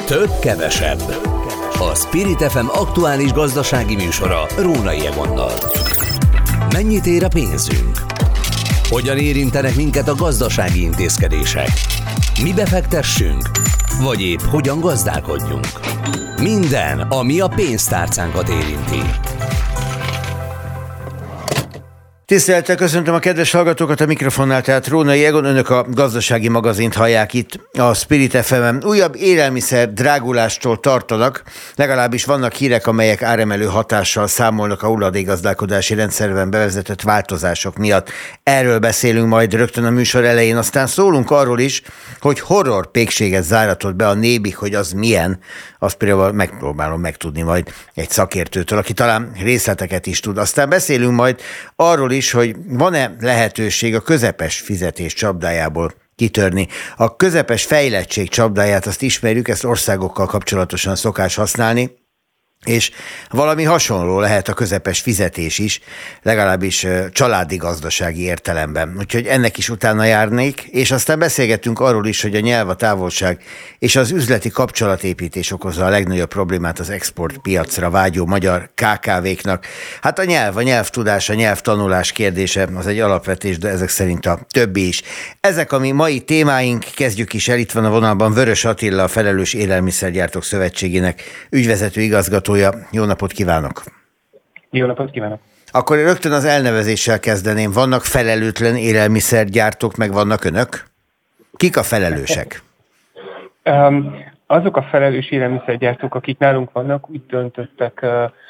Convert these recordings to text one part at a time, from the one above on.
Több kevesebb. A Spirit FM aktuális gazdasági műsora Rónai Egonnal. Mennyit ér a pénzünk? Hogyan érintenek minket a gazdasági intézkedések? Mi befektessünk? Vagy épp hogyan gazdálkodjunk? Minden, ami a pénztárcánkat érinti. Tisztelettel köszöntöm a kedves hallgatókat, a mikrofonnál, tehát Rónai Egon, önök a gazdasági magazint hallják itt a Spirit FM-en. Újabb élelmiszer drágulástól tartanak, legalábbis vannak hírek, amelyek áremelő hatással számolnak a hulladékgazdálkodási rendszerben bevezetett változások miatt. Erről beszélünk majd rögtön a műsor elején, aztán szólunk arról is, hogy horror pékséget záratott be a Nébik, hogy az milyen, azt például megpróbálom megtudni majd egy szakértőtől, aki talán részleteket is tud. Aztán beszélünk majd arról is, hogy van-e lehetőség a közepes fizetés csapdájából kitörni. A közepes fejlettség csapdáját azt ismerjük, ezt országokkal kapcsolatosan szokás használni, és valami hasonló lehet a közepes fizetés is, legalábbis családi gazdasági értelemben. Úgyhogy ennek is utána járnék, és aztán beszélgettünk arról is, hogy a nyelv, a távolság és az üzleti kapcsolatépítés okozza a legnagyobb problémát az exportpiacra vágyó magyar KKV-knak. Hát a nyelvtudás, a nyelvtanulás kérdése az egy alapvetés, de ezek szerint a többi is. Ezek a mi mai témáink, kezdjük is el, itt van a vonalban Vörös Attila, a Felelős Élelmiszergyártók Szövetségének ügyvezető igazgatója. Jó napot kívánok! Jó napot kívánok! Akkor rögtön az elnevezéssel kezdeném. Vannak felelőtlen élelmiszergyártók, meg vannak önök? Kik a felelősek? Azok a felelős élelmiszergyártók, akik nálunk vannak, úgy döntöttek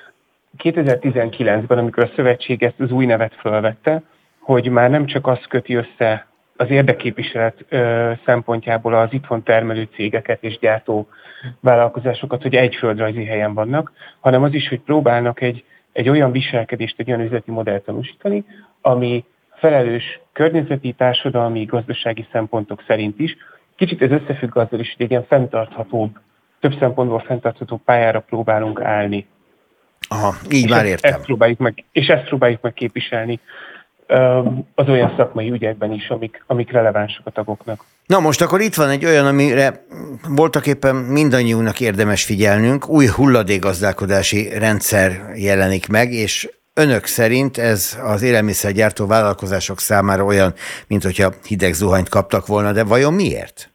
2019-ben, amikor a szövetség ezt az új nevet felvette, hogy már nem csak az köti össze az érdekképviselet szempontjából az itthon termelő cégeket és gyártó vállalkozásokat, hogy egy földrajzi helyen vannak, hanem az is, hogy próbálnak egy olyan viselkedést, egy olyan üzleti modellt tanúsítani, ami felelős környezeti, társadalmi, gazdasági szempontok szerint is. Kicsit ez összefügg azzal is, hogy egy ilyen fenntarthatóbb, több szempontból fenntartható pályára próbálunk állni. Aha, így már értem. Ezt próbáljuk meg képviselni az olyan szakmai ügyekben is, amik relevánsak a tagoknak. Na most akkor itt van egy olyan, amire voltaképpen mindannyiunknak érdemes figyelnünk, új hulladékgazdálkodási rendszer jelenik meg, és önök szerint ez az élelmiszergyártó vállalkozások számára olyan, mint hogyha hideg zuhanyt kaptak volna, de vajon miért?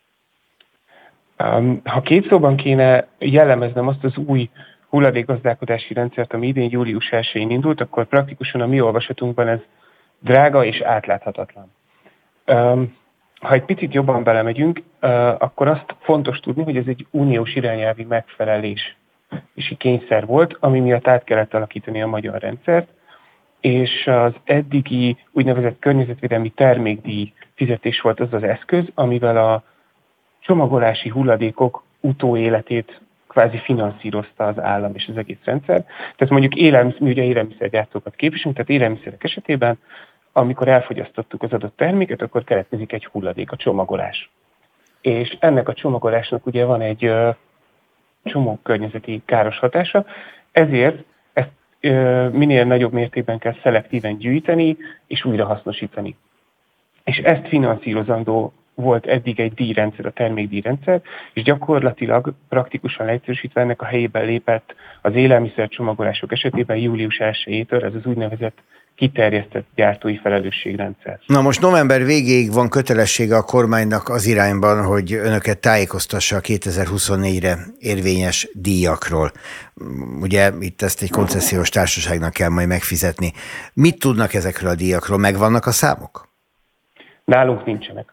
Ha két szóban kéne jellemeznem azt az új hulladékgazdálkodási rendszert, ami idén július 1-én indult, akkor praktikusan a mi olvasatunkban ez drága és átláthatatlan. Ha egy picit jobban belemegyünk, akkor azt fontos tudni, hogy ez egy uniós irányelvi megfelelési kényszer volt, ami miatt át kellett alakítani a magyar rendszert, és az eddigi úgynevezett környezetvédelmi termékdíj fizetés volt az az eszköz, amivel a csomagolási hulladékok utóéletét kvázi finanszírozta az állam és az egész rendszer. Tehát mondjuk mi ugye élelmiszergyártókat képviselünk, tehát élelmiszerek esetében, amikor elfogyasztottuk az adott terméket, akkor keletkezik egy hulladék, a csomagolás. És ennek a csomagolásnak ugye van egy csomó környezeti káros hatása, ezért ezt minél nagyobb mértékben kell szelektíven gyűjteni és újrahasznosítani. És ezt finanszírozandó volt eddig egy díjrendszer, a termékdíjrendszer, és gyakorlatilag praktikusan leegyszerűsítve ennek a helyében lépett az élelmiszer csomagolások esetében július 1-től ez az úgynevezett kiterjesztett gyártói felelősségrendszer. Na most november végéig van kötelessége a kormánynak az irányban, hogy önöket tájékoztassa a 2024-re érvényes díjakról. Ugye itt ezt egy koncesziós társaságnak kell majd megfizetni. Mit tudnak ezekről a díjakról? Megvannak a számok? Nálunk nincsenek.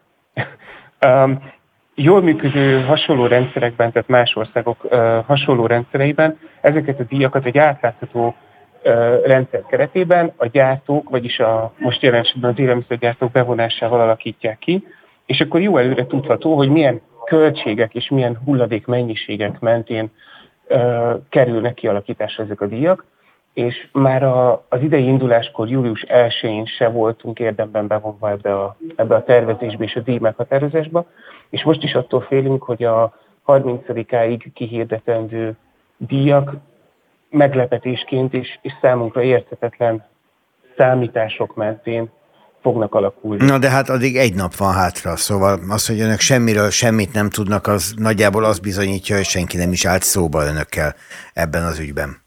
Jól működő hasonló rendszerekben, tehát más országok hasonló rendszereiben ezeket a díjakat egy átlátható rendszer keretében a gyártók, vagyis most jelen esetben az élelmiszergyártók bevonásával alakítják ki, és akkor jó előre tudható, hogy milyen költségek és milyen hulladék mennyiségek mentén kerülnek kialakításra ezek a díjak, és már az idei induláskor július 1-én se voltunk érdemben bevonva ebbe a tervezésbe és a díj meghatározásba, és most is attól félünk, hogy a 30-áig kihirdetendő díjak meglepetésként és számunkra érthetetlen számítások mentén fognak alakulni. Na de hát addig egy nap van hátra, szóval az, hogy önök semmiről semmit nem tudnak, az nagyjából azt bizonyítja, hogy senki nem is állt szóba önökkel ebben az ügyben.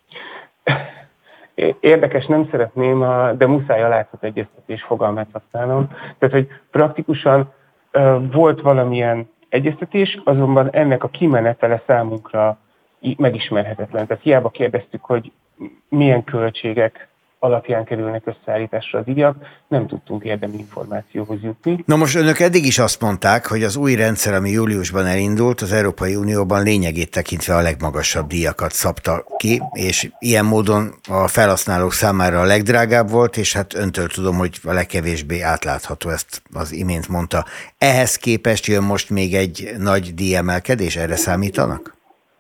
Érdekes, nem szeretném, de muszáj a látszategyeztetés fogalmát használnom. Tehát, hogy praktikusan volt valamilyen egyeztetés, azonban ennek a kimenetele számunkra megismerhetetlen. Tehát hiába kérdeztük, hogy milyen költségek alapján kerülnek összeállításra a díjak, nem tudtunk érdemi információhoz jutni. Na most önök eddig is azt mondták, hogy az új rendszer, ami júliusban elindult, az Európai Unióban lényegét tekintve a legmagasabb díjakat szabta ki, és ilyen módon a felhasználók számára a legdrágább volt, és hát öntől tudom, hogy a legkevésbé átlátható, ezt az imént mondta. Ehhez képest jön most még egy nagy díjemelkedés, erre számítanak?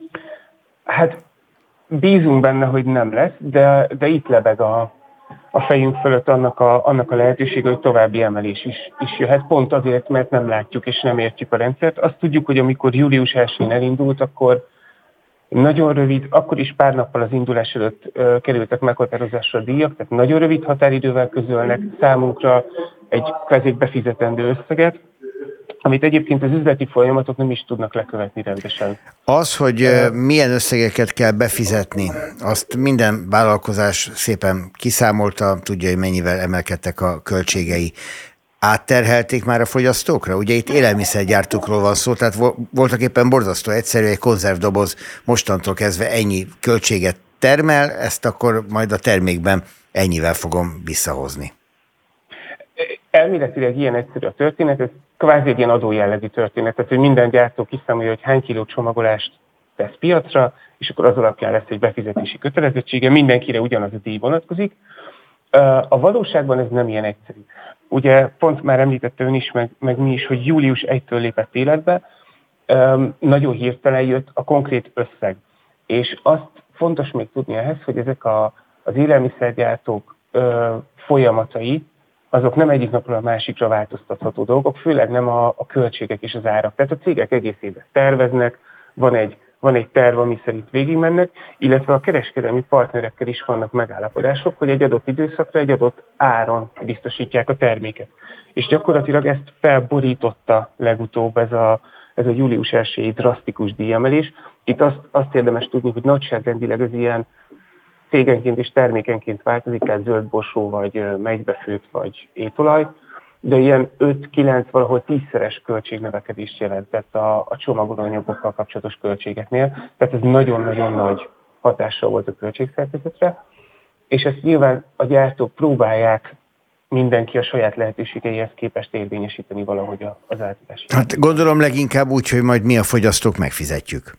Hát bízunk benne, hogy nem lesz, de itt lebeg a fejünk fölött annak a lehetősége, hogy további emelés is jöhet, pont azért, mert nem látjuk és nem értjük a rendszert. Azt tudjuk, hogy amikor július 1-én elindult, akkor nagyon rövid, akkor is pár nappal az indulás előtt kerültek meghatározásra a díjak, tehát nagyon rövid határidővel közölnek számunkra egy kvázi befizetendő összeget, amit egyébként az üzleti folyamatok nem is tudnak lekövetni rendesen. Az, hogy milyen összegeket kell befizetni, azt minden vállalkozás szépen kiszámolta, tudja, hogy mennyivel emelkedtek a költségei. Átterhelték már a fogyasztókra? Ugye itt élelmiszergyártókról van szó, tehát voltak éppen borzasztó egyszerű, egy konzervdoboz mostantól kezdve ennyi költséget termel, ezt akkor majd a termékben ennyivel fogom visszahozni. Elméletileg ilyen egyszerű a történet, ez kvázi egy ilyen adójellegű történet, tehát hogy minden gyártó kiszámolja, hogy hány kiló csomagolást tesz piacra, és akkor az alapján lesz egy befizetési kötelezettsége, mindenkire ugyanaz a díj vonatkozik. A valóságban ez nem ilyen egyszerű. Ugye pont már említette ön is, meg mi is, hogy július 1-től lépett életbe, nagyon hirtelen jött a konkrét összeg. És azt fontos még tudni ehhez, hogy ezek az élelmiszergyártók folyamatai, azok nem egyik napról a másikra változtatható dolgok, főleg nem a költségek és az árak. Tehát a cégek egész évben terveznek, van egy terv, ami szerint végigmennek, illetve a kereskedelmi partnerekkel is vannak megállapodások, hogy egy adott időszakra, egy adott áron biztosítják a terméket. És gyakorlatilag ezt felborította legutóbb ez a július 1-i drasztikus díjemelés. Itt azt érdemes tudni, hogy nagyságrendileg ez ilyen cégenként és termékenként változik, tehát zöldborsó, vagy megybefőtt, vagy étolaj, de ilyen 5-9, valahol 10-szeres költségnövekedést jelentett a csomagolanyagokkal kapcsolatos költségeknél, tehát ez nagyon-nagyon nagy hatással volt a költségszerkezetre, és ezt nyilván a gyártók próbálják mindenki a saját lehetőségeihez képest érvényesíteni valahogy az átadás. Hát gondolom leginkább úgy, hogy majd mi a fogyasztók megfizetjük.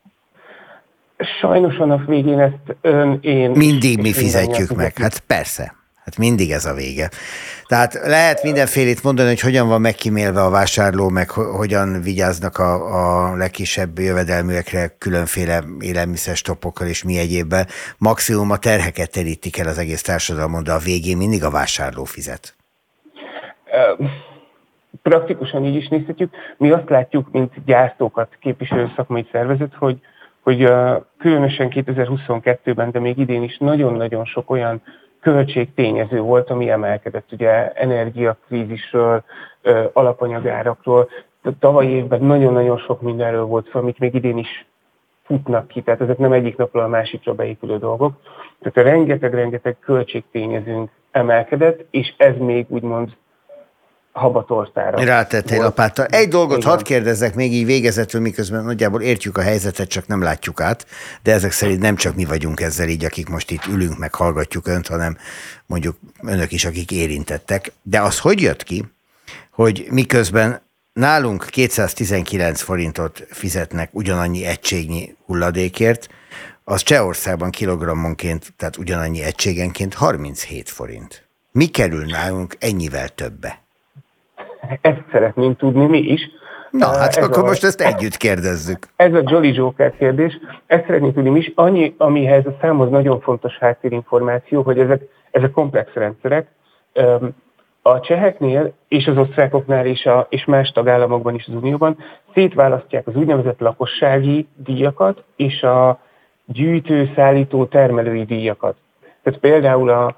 Sajnos a nap végén ezt én... Mindig mi fizetjük meg, hát persze. Hát mindig ez a vége. Tehát lehet mindenfélét mondani, hogy hogyan van megkímélve a vásárló, meg hogyan vigyáznak a legkisebb jövedelműekre különféle élelmiszerstopokkal és mi egyébben. Maximum a terheket terítik el az egész társadalmon, de a végén mindig a vásárló fizet. Praktikusan így is nézhetjük. Mi azt látjuk, mint gyártókat képviselő szakmai szervezet, hogy különösen 2022-ben, de még idén is nagyon-nagyon sok olyan költségtényező volt, ami emelkedett. Ugye energiakrízisről, alapanyagárakról. Tavaly évben nagyon-nagyon sok mindenről volt szó, amit még idén is futnak ki, tehát ezek nem egyik napról a másikra beépülő dolgok. Tehát rengeteg költségtényezőnk emelkedett, és ez még úgymond habatortára. Rátettél lapáttal. Egy dolgot hadd kérdezzek még így végezetül, miközben nagyjából értjük a helyzetet, csak nem látjuk át, de ezek szerint nem csak mi vagyunk ezzel így, akik most itt ülünk, meg hallgatjuk önt, hanem mondjuk önök is, akik érintettek. De az hogy jött ki, hogy miközben nálunk 219 forintot fizetnek ugyanannyi egységnyi hulladékért, az Csehországban kilogrammonként, tehát ugyanannyi egységenként 37 forint. Mi kerül nálunk ennyivel többe? Ezt szeretnénk tudni mi is. Na, hát akkor most ezt együtt kérdezzük. Ez a Jolly Joker kérdés. Ezt szeretnénk tudni mi is. Annyi, amihez a számhoz nagyon fontos háttérinformáció, hogy ezek komplex rendszerek. A cseheknél és az osztrákoknál és más tagállamokban is az Unióban szétválasztják az úgynevezett lakossági díjakat és a gyűjtő, szállító, termelői díjakat. Tehát például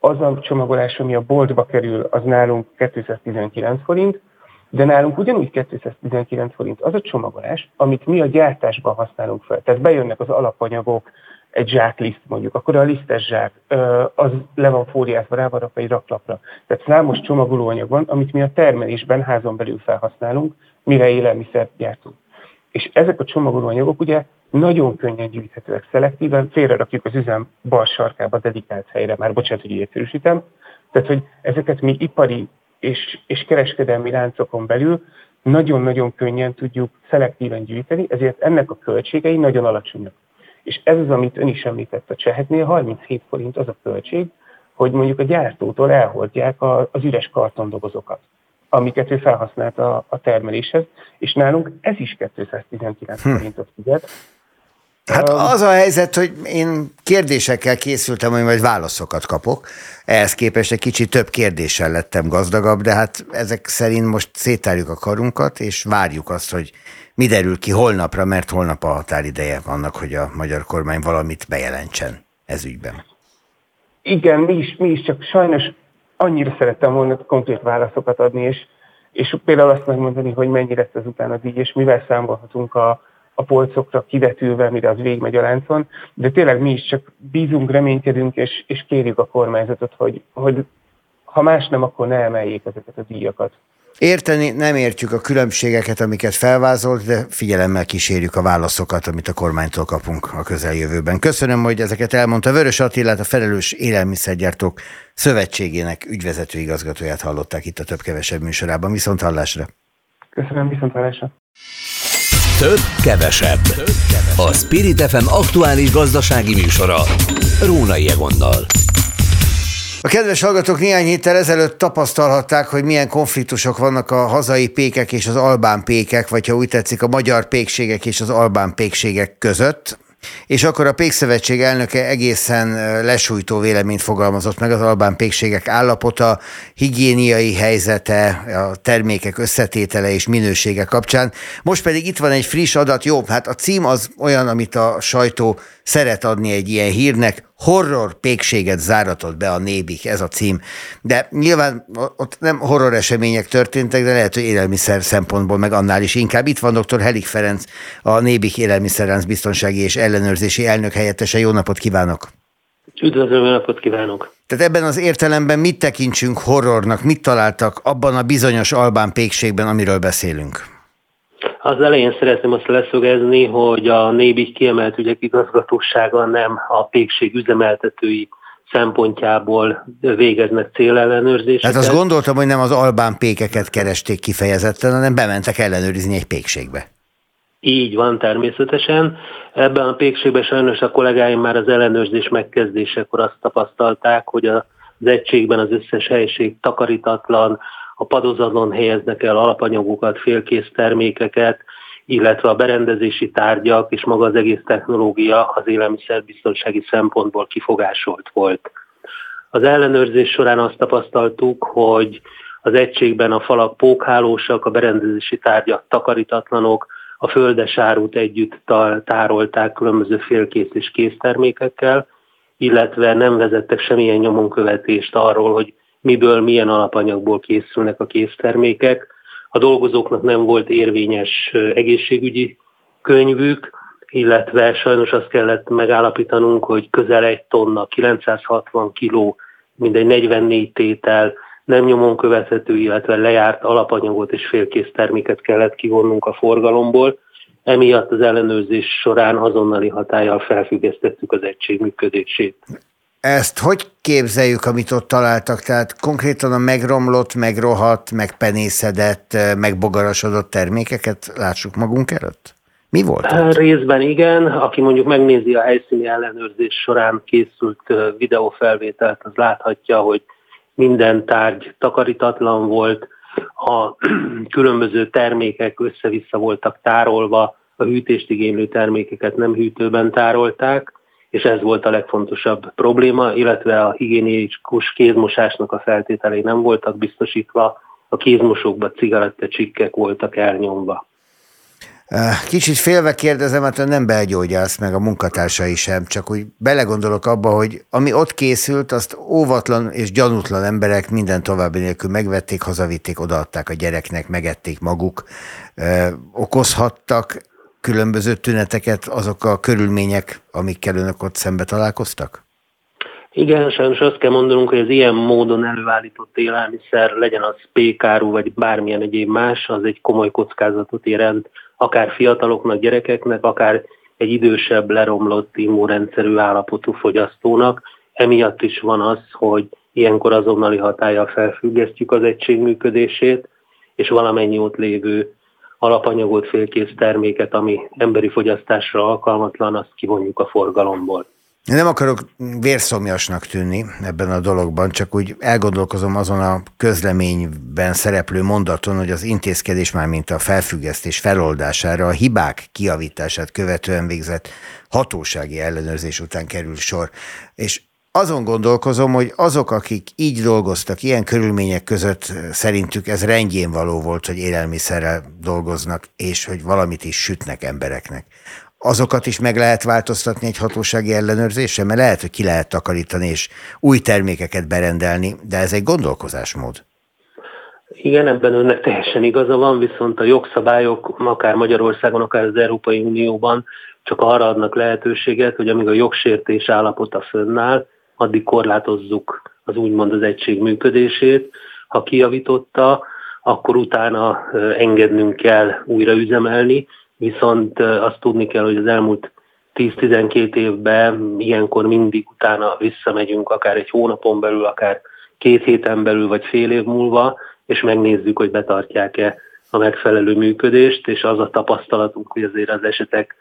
az a csomagolás, ami a boltba kerül, az nálunk 219 forint, de nálunk ugyanúgy 219 forint az a csomagolás, amit mi a gyártásban használunk fel. Tehát bejönnek az alapanyagok, egy zsákliszt mondjuk, akkor a lisztes zsák, az le van fóliázva, rá van rakva egy raklapra. Tehát számos csomagolóanyag van, amit mi a termelésben házon belül felhasználunk, mire élelmiszert gyártunk. És ezek a csomagolóanyagok ugye nagyon könnyen gyűjthetőek szelektíven, félrerakjuk az üzem bal sarkába dedikált helyre, már bocsánat, hogy így egyszerűsítem. Tehát, hogy ezeket mi ipari és kereskedelmi láncokon belül nagyon-nagyon könnyen tudjuk szelektíven gyűjteni, ezért ennek a költségei nagyon alacsonyak. És ez az, amit ön is említett a cseheknél, 37 forint az a költség, hogy mondjuk a gyártótól elhordják az üres kartondobozokat, amiket ő felhasznált a termeléshez, és nálunk ez is 219 forintot fizet. Hát az a helyzet, hogy én kérdésekkel készültem, hogy majd válaszokat kapok. Ehhez képest egy kicsit több kérdéssel lettem gazdagabb, de hát ezek szerint most széttárjuk a karunkat, és várjuk azt, hogy mi derül ki holnapra, mert holnap a határideje vannak, hogy a magyar kormány valamit bejelentsen ez ügyben. Igen, mi is csak sajnos annyira szerettem volna konkrét válaszokat adni, és például azt megmondani, hogy mennyi lesz ezután a díj, és mivel számolhatunk a polcokra kivetülve, mire az végigmegy a láncon, de tényleg mi is csak bízunk, reménykedünk, és kérjük a kormányzatot, hogy ha más nem, akkor ne emeljék ezeket a díjakat. Érteni nem értjük a különbségeket, amiket felvázolt, de figyelemmel kísérjük a válaszokat, amit a kormánytól kapunk a közeljövőben. Köszönöm, hogy ezeket elmondta. Vörös Attilát, a Felelős Élelmiszergyártók Szövetségének ügyvezető igazgatóját hallották itt a Több-kevesebb műsorában. Viszonthallásra! Köszönöm, viszonthallásra! Több, kevesebb. A Spirit FM aktuális gazdasági műsora Rónai Egonnal. A kedves hallgatók néhány héttel ezelőtt tapasztalhatták, hogy milyen konfliktusok vannak a hazai pékek és az albán pékek, vagy ha úgy tetszik, a magyar pékségek és az albán pékségek között. És akkor a Pékszövetség elnöke egészen lesújtó véleményt fogalmazott meg az albán pékségek állapota, higiéniai helyzete, a termékek összetétele és minősége kapcsán. Most pedig itt van egy friss adat, jó, hát a cím az olyan, amit a sajtó szeret adni egy ilyen hírnek, horror pékséget záratott be a Nébik, ez a cím. De nyilván ott nem horror események történtek, de lehet, hogy élelmiszer szempontból meg annál is inkább. Itt van dr. Helik Ferenc, a Nébik élelmiszerlánc biztonsági és ellenőrzési elnök helyettese. Jó napot kívánok! Üdvözlöm, jó napot kívánok! Tehát ebben az értelemben mit tekintsünk horrornak, mit találtak abban a bizonyos albán pékségben, amiről beszélünk? Az elején szeretném azt leszögezni, hogy a Nébik kiemelt ügyek igazgatósága nem a pékség üzemeltetői szempontjából végeznek célellenőrzéseket. Hát azt gondoltam, hogy nem az albán pékeket keresték kifejezetten, hanem bementek ellenőrizni egy pékségbe. Így van, természetesen. Ebben a pékségben sajnos a kollégáim már az ellenőrzés megkezdésekor azt tapasztalták, hogy az egységben az összes helység takarítatlan, a padozatlan helyeznek el alapanyagokat, félkész termékeket, illetve a berendezési tárgyak és maga az egész technológia az élelmiszerbiztonsági szempontból kifogásolt volt. Az ellenőrzés során azt tapasztaltuk, hogy az egységben a falak pókhálósak, a berendezési tárgyak takarítatlanok, a földes árut együtt tárolták különböző félkész és késztermékekkel, illetve nem vezettek semmilyen nyomonkövetést arról, hogy miből, milyen alapanyagból készülnek a késztermékek. A dolgozóknak nem volt érvényes egészségügyi könyvük, illetve sajnos azt kellett megállapítanunk, hogy közel 1 tonna, 960 kiló, mindegy 44 tétel nem nyomon követhető, illetve lejárt alapanyagot és félkész terméket kellett kivonnunk a forgalomból. Emiatt az ellenőrzés során azonnali hatállyal felfüggesztettük az egység működését. Ezt hogy képzeljük, amit ott találtak? Tehát konkrétan a megromlott, megrohadt, megpenészedett, megbogarasodott termékeket lássuk magunk előtt? Mi volt? Részben igen. Aki mondjuk megnézi a helyszíni ellenőrzés során készült videófelvételt, az láthatja, hogy minden tárgy takarítatlan volt, a különböző termékek össze-vissza voltak tárolva, a hűtést igénylő termékeket nem hűtőben tárolták, és ez volt a legfontosabb probléma, illetve a higiénikus kézmosásnak a feltételei nem voltak biztosítva, a kézmosókban cigarettacsikkek voltak elnyomva. Kicsit félve kérdezem, hát ön nem belgyógyász, meg a munkatársai sem, csak úgy belegondolok abba, hogy ami ott készült, azt óvatlan és gyanútlan emberek minden további nélkül megvették, hazavitték, odaadták a gyereknek, megették maguk. Okozhattak különböző tüneteket azok a körülmények, amikkel önök ott szembe találkoztak? Igen, sajnos azt kell mondanunk, hogy az ilyen módon előállított élelmiszer, legyen az pékáru vagy bármilyen egyéb más, az egy komoly kockázatot jelent, akár fiataloknak, gyerekeknek, akár egy idősebb, leromlott immunrendszerű állapotú fogyasztónak. Emiatt is van az, hogy ilyenkor azonnali hatállyal felfüggesztjük az egység működését, és valamennyi ott lévő alapanyagot, félkész terméket, ami emberi fogyasztásra alkalmatlan, azt kivonjuk a forgalomból. Nem akarok vérszomjasnak tűnni ebben a dologban, csak úgy elgondolkozom azon a közleményben szereplő mondaton, hogy az intézkedés már mint a felfüggesztés feloldására, a hibák kijavítását követően végzett hatósági ellenőrzés után kerül sor. És azon gondolkozom, hogy azok, akik így dolgoztak, ilyen körülmények között szerintük ez rendjén való volt, hogy élelmiszerrel dolgoznak, és hogy valamit is sütnek embereknek. Azokat is meg lehet változtatni egy hatósági ellenőrzéssel, mert lehet, hogy ki lehet takarítani és új termékeket berendelni, de ez egy gondolkozásmód. Igen, ebben önnek teljesen igaza van, viszont a jogszabályok akár Magyarországon, akár az Európai Unióban csak arra adnak lehetőséget, hogy amíg a jogsértés állapota fönnáll, addig korlátozzuk az úgymond az egység működését. Ha kijavította, akkor utána engednünk kell újra üzemelni, viszont azt tudni kell, hogy az elmúlt 10-12 évben ilyenkor mindig utána visszamegyünk, akár egy hónapon belül, akár 2 héten belül, vagy fél év múlva, és megnézzük, hogy betartják-e a megfelelő működést, és az a tapasztalatunk, hogy azért az esetek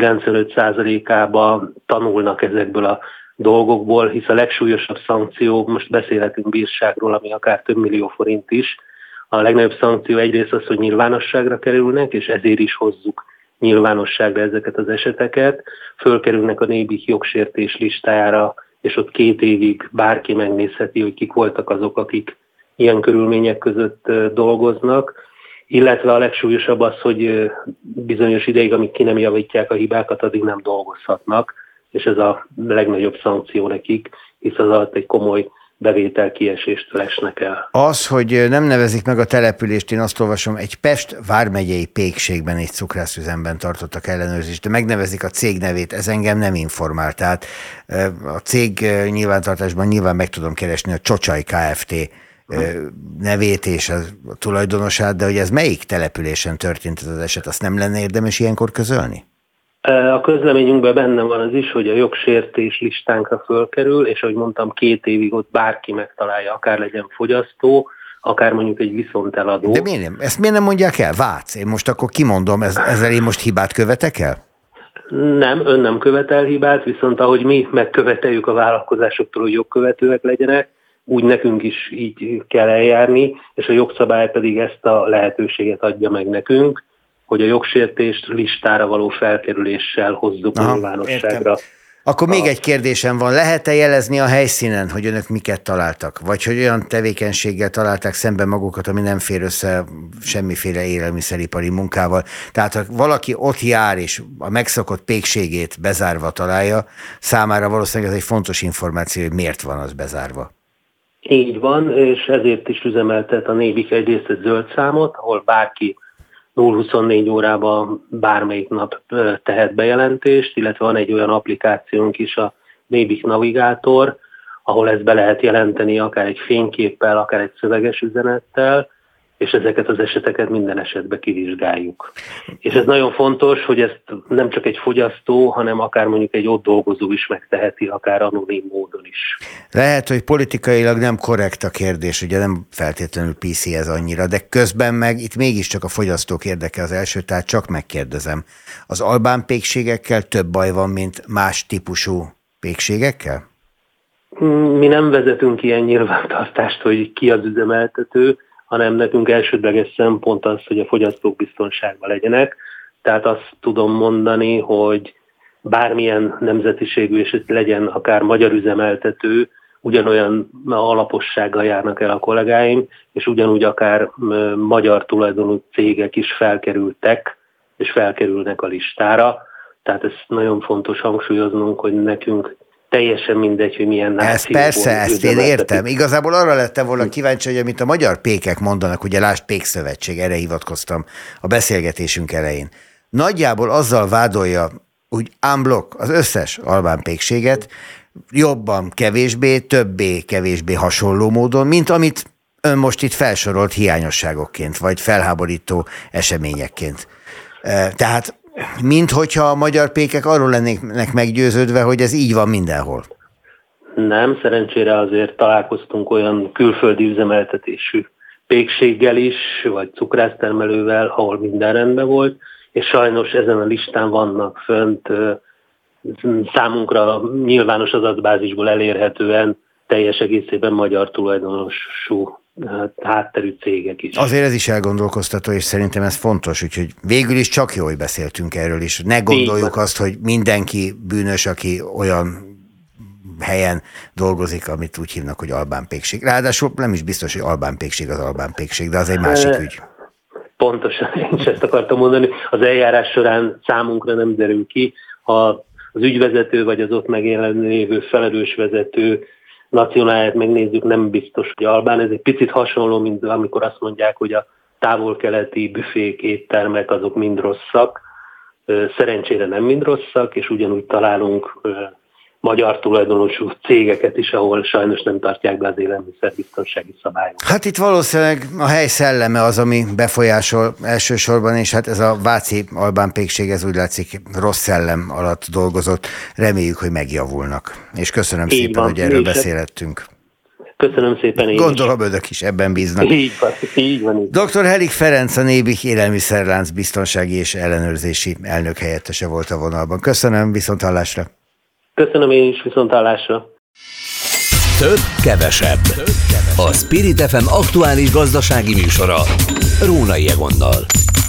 95%-ában tanulnak ezekből a dolgokból, hisz a legsúlyosabb szankció, most beszélhetünk bírságról, ami akár több millió forint is, a legnagyobb szankció egyrészt az, hogy nyilvánosságra kerülnek, és ezért is hozzuk nyilvánosságra ezeket az eseteket. Fölkerülnek a NÉBIK jogsértés listájára, és ott 2 évig bárki megnézheti, hogy kik voltak azok, akik ilyen körülmények között dolgoznak. Illetve a legsúlyosabb az, hogy bizonyos ideig, amíg ki nem javítják a hibákat, addig nem dolgozhatnak, és ez a legnagyobb szankció nekik, hisz az alatt egy komoly bevételkieséstől esnek el. Az, hogy nem nevezik meg a települést, én azt olvasom, egy Pest vármegyei pékségben, egy cukrászüzemben tartottak ellenőrzést, de megnevezik a cég nevét, ez engem nem informál. Tehát a cég nyilvántartásban nyilván meg tudom keresni a Csocsai Kft. Nevét és a tulajdonosát, de hogy ez melyik településen történt ez az eset, azt nem lenne érdemes ilyenkor közölni? A közleményünkben benne van az is, hogy a jogsértés listánkra fölkerül, és ahogy mondtam, 2 évig ott bárki megtalálja, akár legyen fogyasztó, akár mondjuk egy viszonteladó. De miért nem? Ezt miért nem mondják el? Vác, én most akkor kimondom, ezzel én most hibát követek el? Nem, ön nem követel hibát, viszont ahogy mi megköveteljük a vállalkozásoktól, hogy jogkövetőek legyenek, úgy nekünk is így kell eljárni, és a jogszabály pedig ezt a lehetőséget adja meg nekünk, hogy a jogsértést listára való felkerüléssel hozzuk nyilvánosságra. Akkor még egy kérdésem van. Lehet-e jelezni a helyszínen, hogy önök miket találtak? Vagy hogy olyan tevékenységgel találták szemben magukat, ami nem fér össze semmiféle élelmiszeripari munkával? Tehát ha valaki ott jár, és a megszokott pékségét bezárva találja, számára valószínűleg ez egy fontos információ, hogy miért van az bezárva. Így van, és ezért is üzemeltet a NÉBIK egyrészt egy zöld számot, ahol bárki 0-24 órában bármelyik nap tehet bejelentést, illetve van egy olyan applikációnk is, a NÉBIK Navigátor, ahol ezt be lehet jelenteni akár egy fényképpel, akár egy szöveges üzenettel, és ezeket az eseteket minden esetben kivizsgáljuk. És ez nagyon fontos, hogy ezt nem csak egy fogyasztó, hanem akár mondjuk egy ott dolgozó is megteheti, akár anonim módon is. Lehet, hogy politikailag nem korrekt a kérdés, ugye nem feltétlenül PC ez annyira, de közben meg itt mégiscsak a fogyasztók érdeke az első, tehát csak megkérdezem. Az albán pékségekkel több baj van, mint más típusú pékségekkel? Mi nem vezetünk ilyen nyilvántartást, hogy ki az üzemeltető, hanem nekünk elsődleges szempont az, hogy a fogyasztók biztonságban legyenek. Tehát azt tudom mondani, hogy bármilyen nemzetiségű, és legyen akár magyar üzemeltető, ugyanolyan alapossággal járnak el a kollégáim, és ugyanúgy akár magyar tulajdonú cégek is felkerültek és felkerülnek a listára. Tehát ez nagyon fontos hangsúlyoznunk, hogy nekünk teljesen mindegy, hogy milyen nációból. Ez persze, ezt én értem. Igazából arra lettem volna kíváncsi, hogy amit a magyar pékek mondanak, ugye lásd Pékszövetség, erre hivatkoztam a beszélgetésünk elején. Nagyjából azzal vádolja úgy en bloc az összes albán pékséget, jobban, kevésbé, többé-kevésbé hasonló módon, mint amit ön most itt felsorolt hiányosságokként, vagy felháborító eseményekként. Tehát minthogyha a magyar pékek arról lennének meggyőződve, hogy ez így van mindenhol. Nem, szerencsére azért találkoztunk olyan külföldi üzemeltetésű pékséggel is, vagy cukrásztermelővel, ahol minden rendben volt, és sajnos ezen a listán vannak fönt számunkra nyilvános adatbázisból elérhetően teljes egészében magyar tulajdonosú hátterű cégek is. Azért ez is elgondolkoztató, és szerintem ez fontos, úgyhogy végül is csak jó, hogy beszéltünk erről is. Ne gondoljuk azt, hogy mindenki bűnös, aki olyan helyen dolgozik, amit úgy hívnak, hogy albán pékség. Ráadásul nem is biztos, hogy albán pékség az albán pékség, de az egy másik ügy. Pontosan, én is ezt akartam mondani. Az eljárás során számunkra nem derül ki, ha az ügyvezető vagy az ott megjelenő lévő felelős vezető nacionálját megnézzük, nem biztos, hogy albán. Ez egy picit hasonló, mint amikor azt mondják, hogy a távol-keleti büfék, éttermek azok mind rosszak. Szerencsére nem mind rosszak, és ugyanúgy találunk magyar tulajdonosú cégeket is, ahol sajnos nem tartják be az élelmiszerbiztonsági szabályokat. Hát itt valószínűleg a hely szelleme az, ami befolyásol elsősorban, és hát ez a váci albán pékség, ez úgy látszik rossz szellem alatt dolgozott. Reméljük, hogy megjavulnak. És köszönöm szépen, hogy erről beszélhettünk. Köszönöm szépen én Gondolom önök is ebben bíznak. Így van. Dr. Hellig Ferenc, a Nébih Élelmiszerlánc biztonsági és ellenőrzési elnök helyettese volt a vonalban. Köszönöm, viszonthallásra. Köszönöm én is, viszonthallásra. Több, kevesebb. A Spirit FM aktuális gazdasági műsora Rónai Egonnal.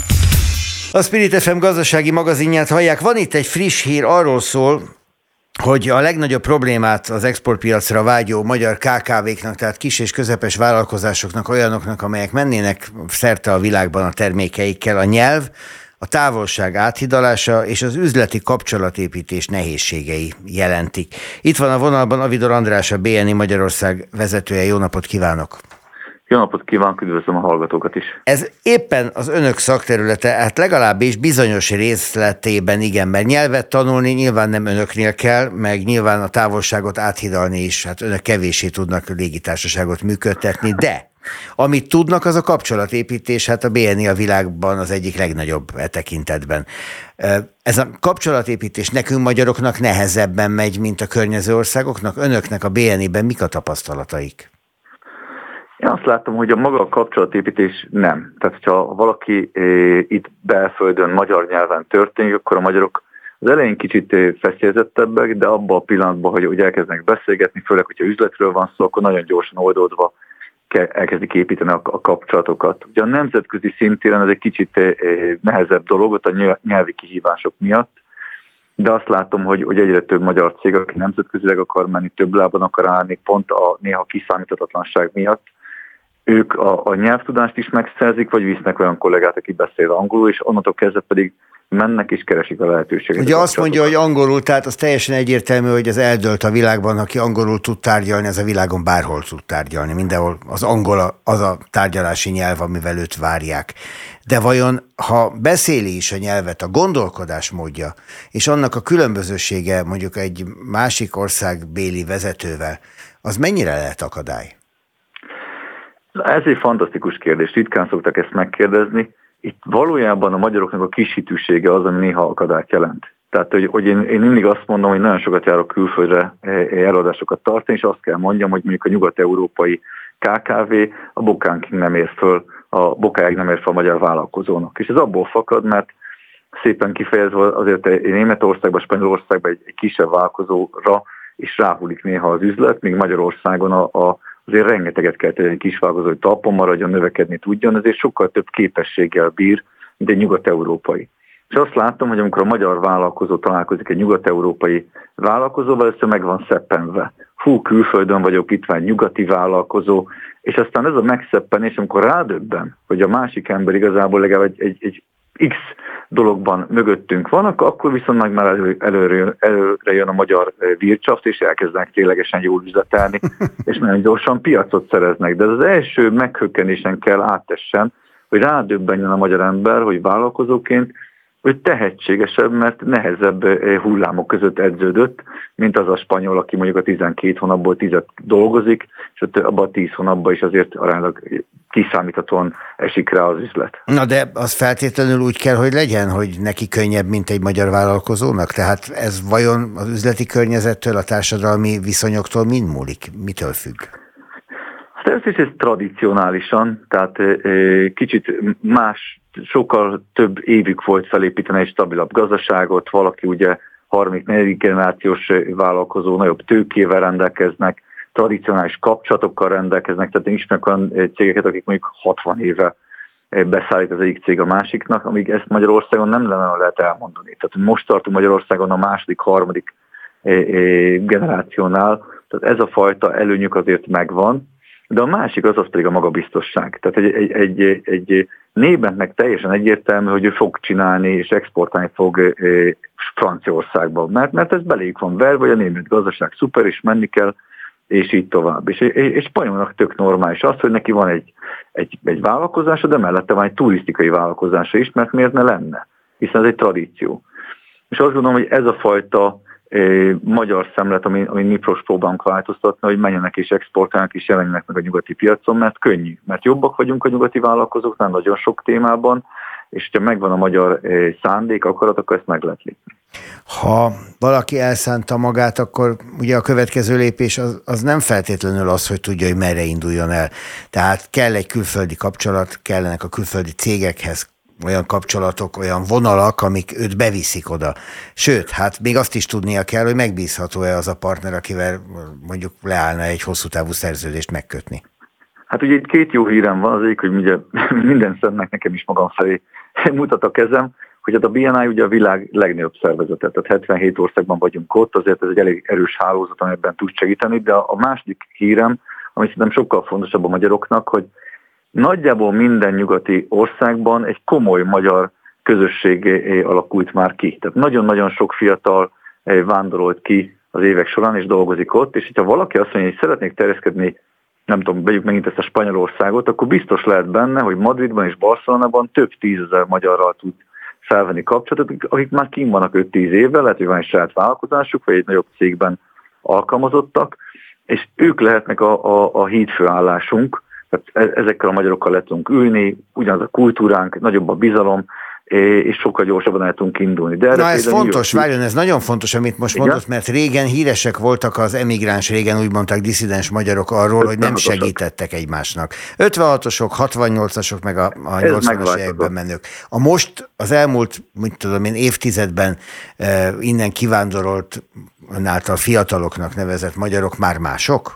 A Spirit FM gazdasági magazinját hallják. Van itt egy friss hír, arról szól, hogy a legnagyobb problémát az exportpiacra vágyó magyar KKV-knak, tehát kis és közepes vállalkozásoknak, olyanoknak, amelyek mennének szerte a világban a termékeikkel, a nyelv, a távolság áthidalása és az üzleti kapcsolatépítés nehézségei jelentik. Itt van a vonalban Avidor András, a BNI Magyarország vezetője. Jó napot kívánok! Jó napot kívánok, üdvözlöm a hallgatókat is! Ez éppen az önök szakterülete, hát legalábbis bizonyos részletében igen, mert nyelvet tanulni nyilván nem önöknél kell, meg nyilván a távolságot áthidalni is, hát önök kevéssé tudnak légitársaságot működtetni, de amit tudnak, az a kapcsolatépítés, hát a BNI a világban az egyik legnagyobb e tekintetben. Ez a kapcsolatépítés nekünk magyaroknak nehezebben megy, mint a környező országoknak. Önöknek a BNI-ben mik a tapasztalataik? Én azt látom, hogy a maga a kapcsolatépítés nem. Tehát, hogyha valaki itt belföldön, magyar nyelven történik, akkor a magyarok az elején kicsit feszélyezettebbek, de abban a pillanatban, hogy elkezdenek beszélgetni, főleg, hogyha üzletről van szó, akkor nagyon gyorsan oldódva elkezdik építeni a kapcsolatokat. Ugye a nemzetközi szintéren ez egy kicsit nehezebb dolog ott a nyelvi kihívások miatt, de azt látom, hogy egyre több magyar cég, aki nemzetközileg akar menni, több lábon akar állni, pont a néha kiszámíthatatlanság miatt, ők a nyelvtudást is megszerzik, vagy visznek olyan kollégát, aki beszél angolul, és onnantól kezdve pedig mennek és keresik a lehetőséget. Ugye azt mondja, hogy angolul, tehát az teljesen egyértelmű, hogy ez eldölt a világban, aki angolul tud tárgyalni, ez a világon bárhol tud tárgyalni. Mindenhol az angol az a tárgyalási nyelv, amivel őt várják. De vajon, ha beszéli is a nyelvet, a gondolkodásmódja, és annak a különbözősége mondjuk egy másik országbéli vezetővel, az mennyire lehet akadály? Ez egy fantasztikus kérdés. Ritkán szoktak ezt megkérdezni. Itt valójában a magyaroknak a kishitűsége az, ami néha akadályt jelent. Tehát, hogy én mindig azt mondom, hogy nagyon sokat járok külföldre előadásokat tartani, és azt kell mondjam, hogy mondjuk a nyugat-európai KKV a bokánkig nem ér föl, a bokáig nem ér fel a magyar vállalkozónak. És ez abból fakad, mert szépen kifejezve azért Németországban, Spanyolországban egy kisebb vállalkozóra is ráhullik néha az üzlet, míg Magyarországon azért rengeteget kell tenni egy kisvállalkozó, hogy talpon maradjon, növekedni tudjon, ezért sokkal több képességgel bír, mint egy nyugat-európai. És azt látom, hogy amikor a magyar vállalkozó találkozik egy nyugat-európai vállalkozóval, össze meg van szeppenve. Hú, külföldön vagyok, itt van egy nyugati vállalkozó, és aztán ez a megszeppenés, amikor rádöbben, hogy a másik ember igazából legalább egy X dologban mögöttünk vannak, akkor viszont meg már előre jön a magyar vircsaft, és elkezdenek ténylegesen jól üzletelni, és nagyon gyorsan piacot szereznek. De ez az első meghökkenésen kell áttessen, hogy rádöbbenjen a magyar ember, hogy vállalkozóként, hogy tehetségesebb, mert nehezebb hullámok között edződött, mint az a spanyol, aki mondjuk a 12 hónapból 10 dolgozik, és abban a 10 hónapban is azért aránylag kiszámíthatóan esik rá az üzlet. Na de az feltétlenül úgy kell, hogy legyen, hogy neki könnyebb, mint egy magyar vállalkozónak? Tehát ez vajon az üzleti környezettől, a társadalmi viszonyoktól mind múlik? Mitől függ? Hát ez is tradicionálisan, tehát kicsit más, sokkal több évük volt felépíteni egy stabilabb gazdaságot, valaki ugye 3.-4. generációs vállalkozó, nagyobb tőkével rendelkeznek, tradicionális kapcsolatokkal rendelkeznek, tehát ismerek olyan cégeket, akik mondjuk 60 éve beszállít az egyik cég a másiknak, amíg ezt Magyarországon nem lehet elmondani. Tehát most tartunk Magyarországon a második, harmadik generációnál, tehát ez a fajta előnyük azért megvan, de a másik az pedig a magabiztosság. Tehát egy németnek teljesen egyértelmű, hogy ő fog csinálni és exportálni fog Franciaországba, mert ez beléjük van verve, hogy a német gazdaság szuper, és menni kell, és így tovább. És spanyolnak tök normális az, hogy neki van egy vállalkozása, de mellette van egy turisztikai vállalkozása is, mert miért ne lenne? Hiszen ez egy tradíció. És azt gondolom, hogy ez a fajta magyar szemlet, amin mi próbálunk változtatni, hogy menjenek és exportálnak és jelenjenek meg a nyugati piacon, mert könnyű. Mert jobbak vagyunk a nyugati vállalkozóknál nagyon sok témában, és ha megvan a magyar szándék, akarat, akkor ezt meg lehet lépni. Ha valaki elszánta magát, akkor ugye a következő lépés az nem feltétlenül az, hogy tudja, hogy merre induljon el. Tehát kell egy külföldi kapcsolat, kellenek a külföldi cégekhez olyan kapcsolatok, olyan vonalak, amik őt beviszik oda. Sőt, hát még azt is tudnia kell, hogy megbízható-e az a partner, akivel mondjuk leállna egy hosszú távú szerződést megkötni. Hát ugye itt két jó hírem van, az egyik, hogy ugye minden szemnek nekem is magam felé mutat a kezem, hogy hát a BNI ugye a világ legnagyobb szervezete, tehát 77 országban vagyunk ott, azért ez egy elég erős hálózat, amelyben tud segíteni, de a második hírem, ami szerintem sokkal fontosabb a magyaroknak, hogy nagyjából minden nyugati országban egy komoly magyar közösség alakult már ki. Tehát nagyon-nagyon sok fiatal vándorolt ki az évek során, és dolgozik ott, és ha valaki azt mondja, hogy szeretnék terjeszkedni, nem tudom, vegyük megint ezt a Spanyolországot, akkor biztos lehet benne, hogy Madridban és Barcelonában több 10 000 magyarral tud felvenni kapcsolatot, akik már kint vannak 5-10 évvel, lehet, hogy van egy saját vállalkozásuk, vagy egy nagyobb cégben alkalmazottak, és ők lehetnek a hídfőállásunk, tehát ezekkel a magyarokkal le tudunk ülni, ugyanaz a kultúránk, nagyobb a bizalom, és sokkal gyorsabban el tudunk indulni. De na ez fontos, várjon, ez nagyon fontos, amit most mondasz, mert régen híresek voltak az emigráns, régen úgy mondták disszidens magyarok arról, hogy nem segítettek egymásnak. 56-osok, 68-asok, meg a 80-as években menők. A most az elmúlt, mit tudom én, évtizedben innen kivándorolt, annáltal fiataloknak nevezett magyarok már mások?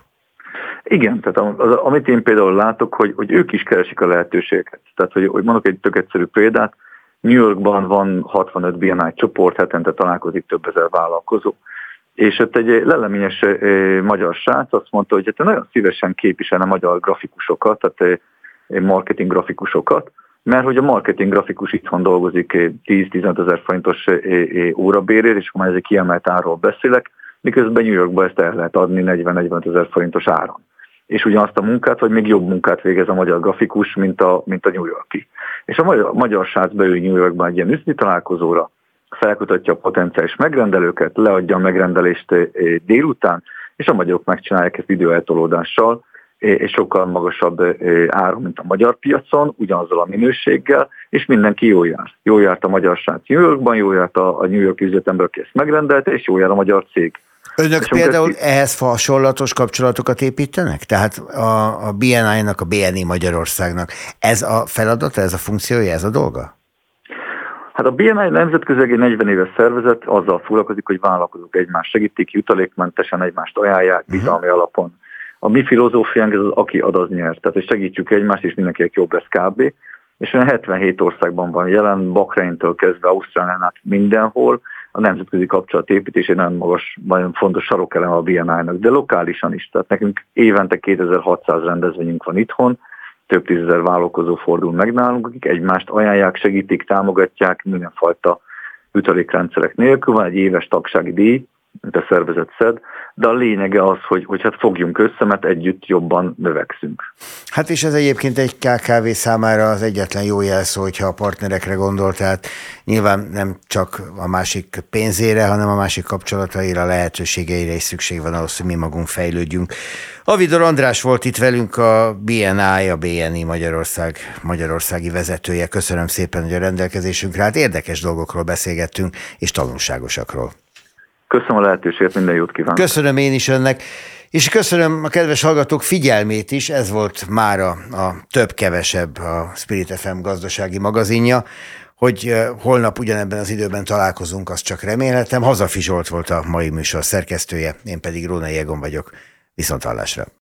Igen, tehát amit én például látok, hogy ők is keresik a lehetőségeket. Tehát, hogy mondok egy tök egyszerű példát, New Yorkban van 65 BNI csoport, hetente találkozik több ezer vállalkozó. És ott egy leleményes magyar srác azt mondta, hogy hát nagyon szívesen képviselne magyar grafikusokat, tehát marketing grafikusokat, mert hogy a marketing grafikus itthon dolgozik 10-15 ezer forintos órabérért, és már ez egy kiemelt árról beszélek, miközben New Yorkban ezt el lehet adni 40-45 ezer forintos áron. És ugyanazt a munkát, vagy még jobb munkát végez a magyar grafikus, mint a New Yorki. És a magyar srác beül New Yorkban egy ilyen üzleti találkozóra, felkutatja a potenciális megrendelőket, leadja a megrendelést délután, és a magyarok megcsinálják ezt időeltolódással, és sokkal magasabb áron, mint a magyar piacon, ugyanazzal a minőséggel, és mindenki jól jár. Jól járt a magyar srác New Yorkban, jól járt a New York üzletember, aki ezt megrendelte, és jól jár a magyar cég. Önök például ehhez hasonlatos kapcsolatokat építenek? Tehát a BNI-nak, a BNI Magyarországnak ez a feladata, ez a funkciója, ez a dolga? Hát a BNI nemzetközileg egy 40 éves szervezet azzal foglalkozik, hogy vállalkozók egymást segítik, jutalékmentesen egymást ajánlják, bizalmi alapon. A mi filozófiánk ez az, aki ad, az nyer. Tehát, hogy segítsük egymást, és mindenkinek jobb lesz kb. És olyan 77 országban van jelen, Bahreintől kezdve Ausztrálián át mindenhol. A nemzetközi kapcsolatépítés egy nagyon magas, nagyon fontos sarokelem a BNI-nak, de lokálisan is. Tehát nekünk évente 2600 rendezvényünk van itthon, több tízezer vállalkozó fordul meg nálunk, akik egymást ajánlják, segítik, támogatják mindenfajta jutalékrendszerek nélkül. Van egy éves tagsági díj, mint a szervezet szed, de a lényege az, hogy hát fogjunk össze, mert együtt jobban növekszünk. Hát és ez egyébként egy KKV számára az egyetlen jó jelszó, hogyha a partnerekre gondol, tehát nyilván nem csak a másik pénzére, hanem a másik kapcsolataira, lehetőségeire is szükség van ahhoz, hogy mi magunk fejlődjünk. Avidor András volt itt velünk, a BNI, a BNI magyarországi vezetője. Köszönöm szépen, hogy a rendelkezésünkre állt. Érdekes dolgokról beszélgettünk, és tanulságosakról. Köszönöm a lehetőséget, minden jót kívánok. Köszönöm én is önnek, és köszönöm a kedves hallgatók figyelmét is. Ez volt mára a több-kevesebb a Spirit FM gazdasági magazinja. Hogy holnap ugyanebben az időben találkozunk, azt csak remélhetem. Hazafi Zsolt volt a mai műsor szerkesztője, én pedig Rónai Egon vagyok. Viszonthallásra.